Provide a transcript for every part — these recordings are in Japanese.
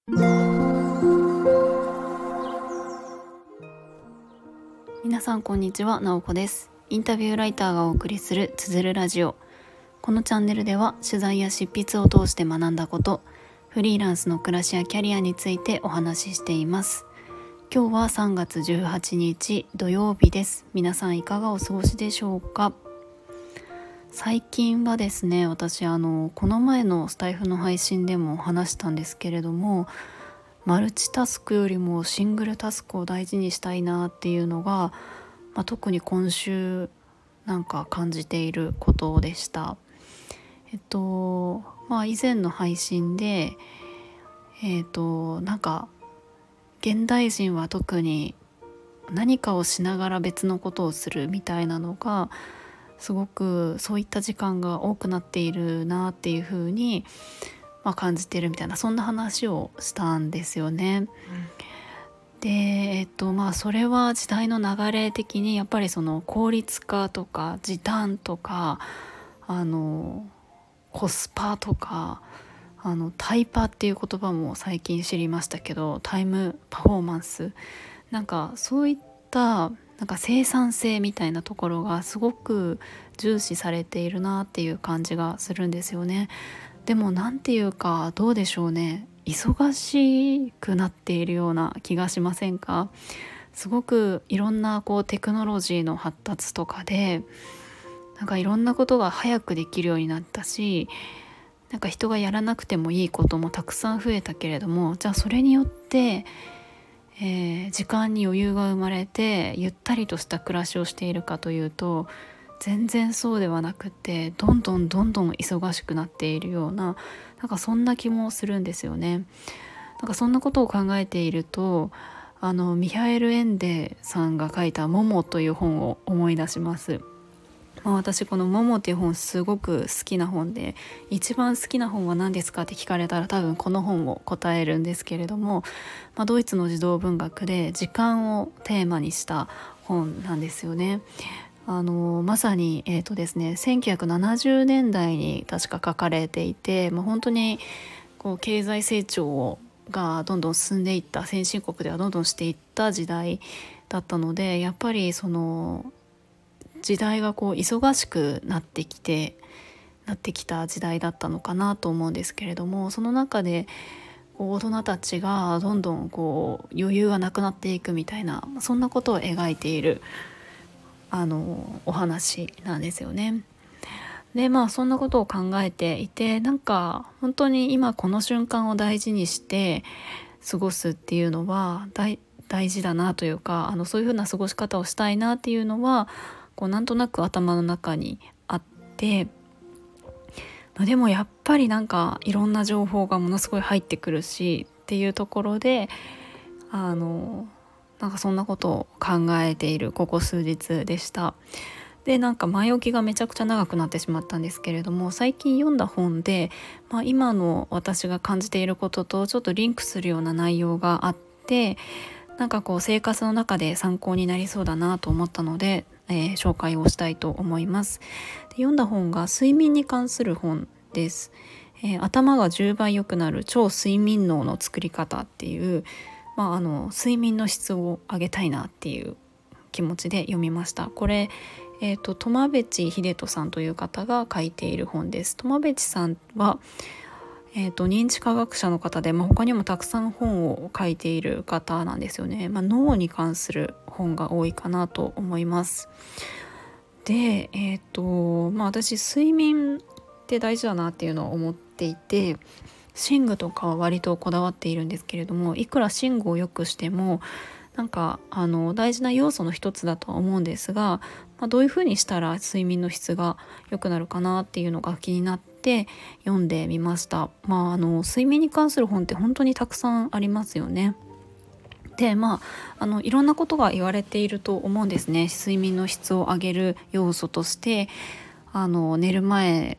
皆さんこんにちは、なおこです。インタビューライターがお送りするつづるラジオ。このチャンネルでは取材や執筆を通して学んだこと、フリーランスの暮らしやキャリアについてお話ししています。今日は3月18日土曜日です。皆さんいかがお過ごしでしょうか。最近はですね、私この前のスタイフの配信でも話したんですけれども、マルチタスクよりもシングルタスクを大事にしたいなっていうのが、特に今週なんか感じていることでした。以前の配信でなんか現代人は特に何かをしながら別のことをするみたいなのがすごくそういった時間が多くなっているなっていうふうに、感じているみたいな、そんな話をしたんですよね。で、それは時代の流れ的にやっぱりその効率化とか時短とかコスパとかタイパっていう言葉も最近知りましたけど、タイムパフォーマンス、なんかそういったなんか生産性みたいなところがすごく重視されているなっていう感じがするんですよね。でもなんていうか、どうでしょうね、忙しくなっているような気がしませんか。すごくいろんなテクノロジーの発達とかでなんかいろんなことが早くできるようになったし、なんか人がやらなくてもいいこともたくさん増えたけれども、じゃあそれによって時間に余裕が生まれてゆったりとした暮らしをしているかというと、全然そうではなくて、どんどん忙しくなっているような、なんかそんな気もするんですよね。なんかそんなことを考えていると、ミハエル・エンデさんが書いた「モモ」という本を思い出します。私この「モモ」っていう本すごく好きな本で、一番好きな本は何ですかって聞かれたら多分この本を答えるんですけれども、ドイツの児童文学で時間をテーマにした本なんですよね。まさにですね、1970年代に確か書かれていて、本当に経済成長がどんどん進んでいった、先進国ではどんどんしていった時代だったので、やっぱりその時代が忙しくなってきた時代だったのかなと思うんですけれども、その中で大人たちがどんどん余裕がなくなっていくみたいな、そんなことを描いているお話なんですよね。でそんなことを考えていて、なんか本当に今この瞬間を大事にして過ごすっていうのは大事だなというか、そういう風な過ごし方をしたいなっていうのはなんとなく頭の中にあって、でもやっぱりなんかいろんな情報がものすごい入ってくるしっていうところで、なんかそんなことを考えているここ数日でした。でなんか前置きがめちゃくちゃ長くなってしまったんですけれども、最近読んだ本で、今の私が感じていることとちょっとリンクするような内容があって、なんか生活の中で参考になりそうだなと思ったので、紹介をしたいと思います。で読んだ本が睡眠に関する本です。頭が10倍良くなる超睡眠脳の作り方っていう、睡眠の質を上げたいなっていう気持ちで読みました。これ苫部地秀人さんという方が書いている本です。苫部地さんは認知科学者の方で、他にもたくさん本を書いている方なんですよね。脳に関する本が多いかなと思います。で私睡眠って大事だなっていうのを思っていて、寝具とかは割とこだわっているんですけれども、いくら寝具を良くしてもなんか大事な要素の一つだとは思うんですが、どういうふうにしたら睡眠の質が良くなるかなっていうのが気になって読んでみました。睡眠に関する本って本当にたくさんありますよね。でいろんなことが言われていると思うんですね。睡眠の質を上げる要素として寝る前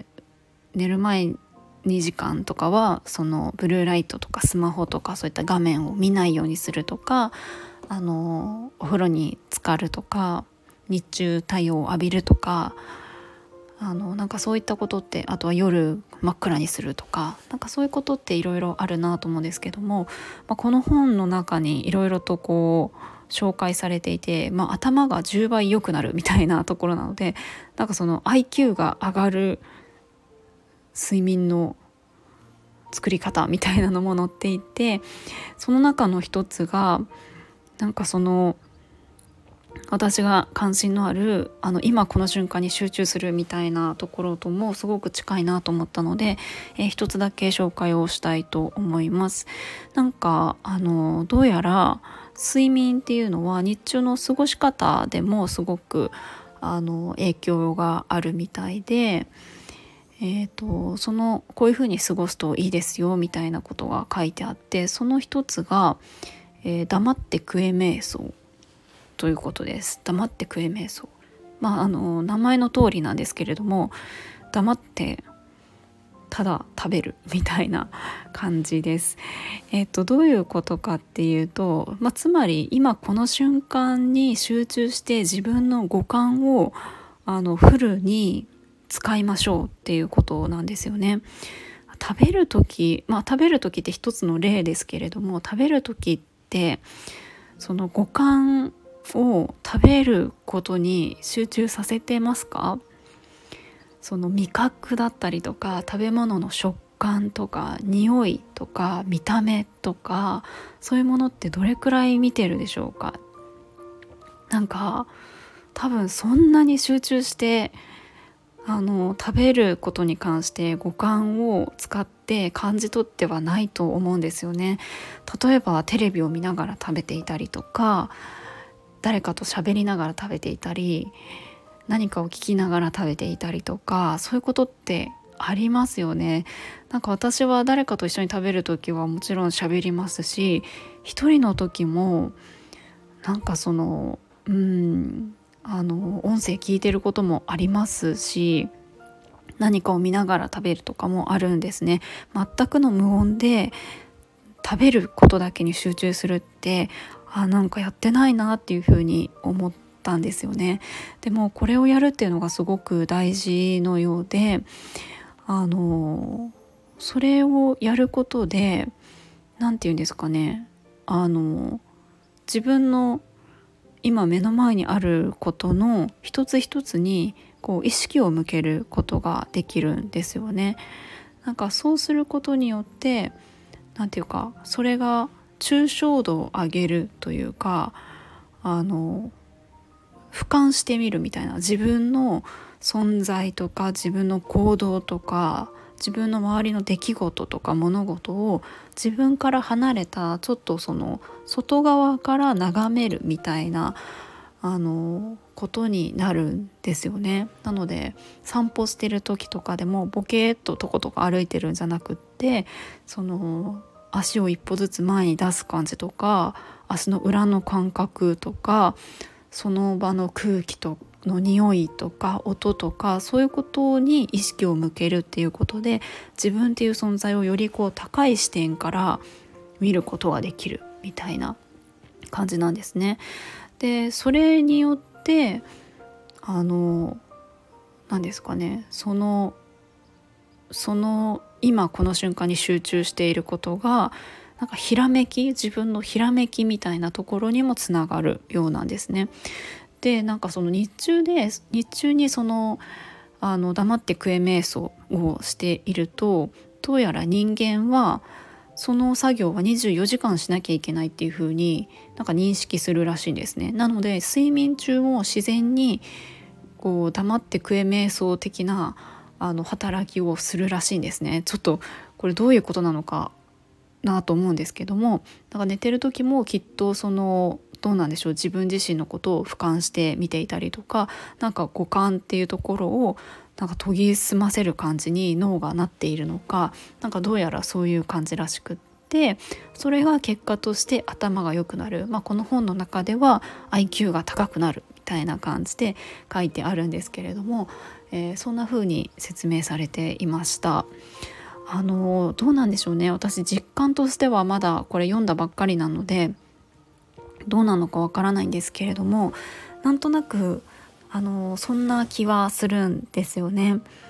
2時間とかはそのブルーライトとかスマホとかそういった画面を見ないようにするとか、お風呂に浸かるとか、日中太陽を浴びるとか、なんかそういったことって、あとは夜真っ暗にするとか、なんかそういうことっていろいろあるなと思うんですけども、この本の中にいろいろとこう紹介されていて、頭が10倍良くなるみたいなところなので、なんかその IQ が上がる睡眠の作り方みたいなのも載っていて、その中の一つがなんかその私が関心のある今この瞬間に集中するみたいなところともすごく近いなと思ったので、一つだけ紹介をしたいと思います。なんかどうやら睡眠っていうのは日中の過ごし方でもすごく影響があるみたいで、そのこういうふうに過ごすといいですよみたいなことが書いてあって、その一つが、黙って食え瞑想ということです。黙って食え瞑想、名前の通りなんですけれども、黙ってただ食べるみたいな感じです。どういうことかっていうと、つまり今この瞬間に集中して自分の五感をフルに使いましょうっていうことなんですよね。食べる時って一つの例ですけれども、食べる時ってその五感を食べることに集中させてますか？その味覚だったりとか、食べ物の食感とか匂いとか見た目とか、そういうものってどれくらい見てるでしょうか？なんか多分そんなに集中して食べることに関して五感を使って感じ取ってはないと思うんですよね。例えばテレビを見ながら食べていたりとか、誰かと喋りながら食べていたり、何かを聞きながら食べていたりとか、そういうことってありますよね。なんか私は誰かと一緒に食べる時はもちろん喋りますし、一人の時もなんかその音声聞いてることもありますし、何かを見ながら食べるとかもあるんですね。全くの無音で食べることだけに集中するって、なんかやってないなっていうふうに思ったんですよね。でもこれをやるっていうのがすごく大事のようで、それをやることでなんていうんですかね、自分の今目の前にあることの一つ一つにこう意識を向けることができるんですよね。なんかそうすることによってなんていうか、それが抽象度を上げるというか、俯瞰してみるみたいな、自分の存在とか自分の行動とか自分の周りの出来事とか物事を自分から離れたちょっとその外側から眺めるみたいなことになるんですよね。なので散歩してる時とかでもボケーっととことか歩いてるんじゃなくって、その足を一歩ずつ前に出す感じとか、足の裏の感覚とか、その場の空気との匂いとか音とか、そういうことに意識を向けるっていうことで、自分っていう存在をよりこう高い視点から見ることができるみたいな感じなんですね。でそれによって何ですかね、その今この瞬間に集中していることがなんかひらめき、自分のひらめきみたいなところにもつながるようなんですね。でなんかその日中にその黙って食え瞑想をしていると、どうやら人間はその作業は24時間しなきゃいけないっていう風になんか認識するらしいんですね。なので睡眠中も自然にこう黙って食え瞑想的な働きをするらしいんですね。ちょっとこれどういうことなのかなと思うんですけども、なんか寝てる時もきっとそのどうなんでしょう、自分自身のことを俯瞰して見ていたりとか、なんか五感っていうところをなんか研ぎ澄ませる感じに脳がなっているのか、なんかどうやらそういう感じらしくって、それが結果として頭が良くなる、この本の中では IQ が高くなるみたいな感じで書いてあるんですけれども、そんな風に説明されていました。どうなんでしょうね、私実感としてはまだこれ読んだばっかりなのでどうなのかわからないんですけれども、なんとなくそんな気はするんですよね。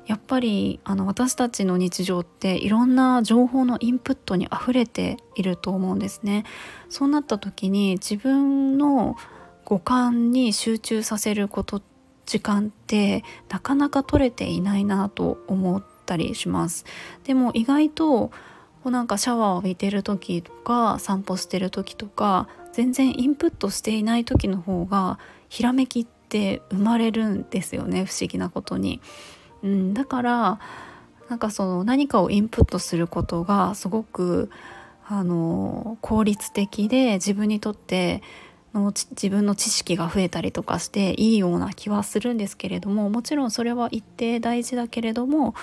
やっぱり私たちの日常っていろんな情報のインプットにあふれていると思うんですね。そうなった時に自分の五感に集中させる時間ってなかなか取れていないなと思ったりします。でも意外となんかシャワーを浴びてる時とか散歩してる時とか全然インプットしていない時の方がひらめきって生まれるんですよね、不思議なことに。だからなんかその何かをインプットすることがすごく効率的で自分にとって自分の知識が増えたりとかしていいような気はするんですけれども、もちろんそれは一定大事だけれども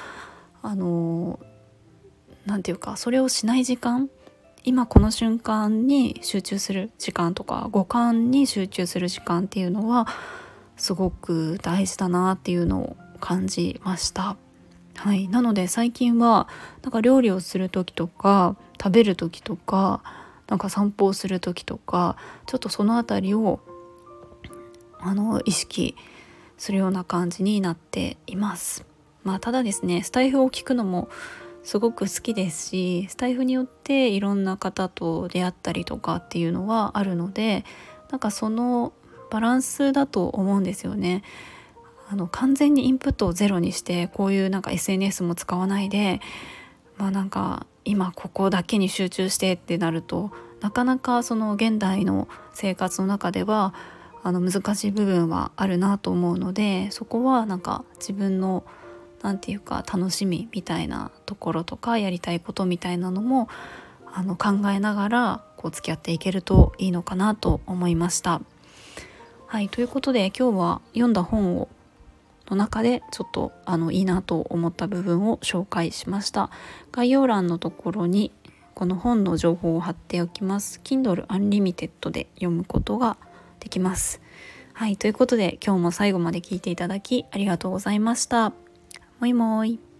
なんていうか、それをしない時間、今この瞬間に集中する時間とか五感に集中する時間っていうのはすごく大事だなっていうのを感じました。はい、なので最近はなんか料理をする時とか食べる時とかなんか散歩をする時とかちょっとそのあたりを意識するような感じになっています。ただですね、スタイフを聞くのもすごく好きですし、スタイフによっていろんな方と出会ったりとかっていうのはあるので、なんかそのバランスだと思うんですよね。完全にインプットをゼロにしてこういうなんか SNS も使わないでなんか今ここだけに集中してってなるとなかなかその現代の生活の中では難しい部分はあるなと思うので、そこはなんか自分のなんていうか楽しみみたいなところとかやりたいことみたいなのも考えながら付き合っていけるといいのかなと思いました。はい、ということで今日は読んだ本の中でちょっといいなと思った部分を紹介しました。概要欄のところにこの本の情報を貼っておきます。 Kindle Unlimited で読むことができます。はい、ということで今日も最後まで聞いていただきありがとうございました。もいもい。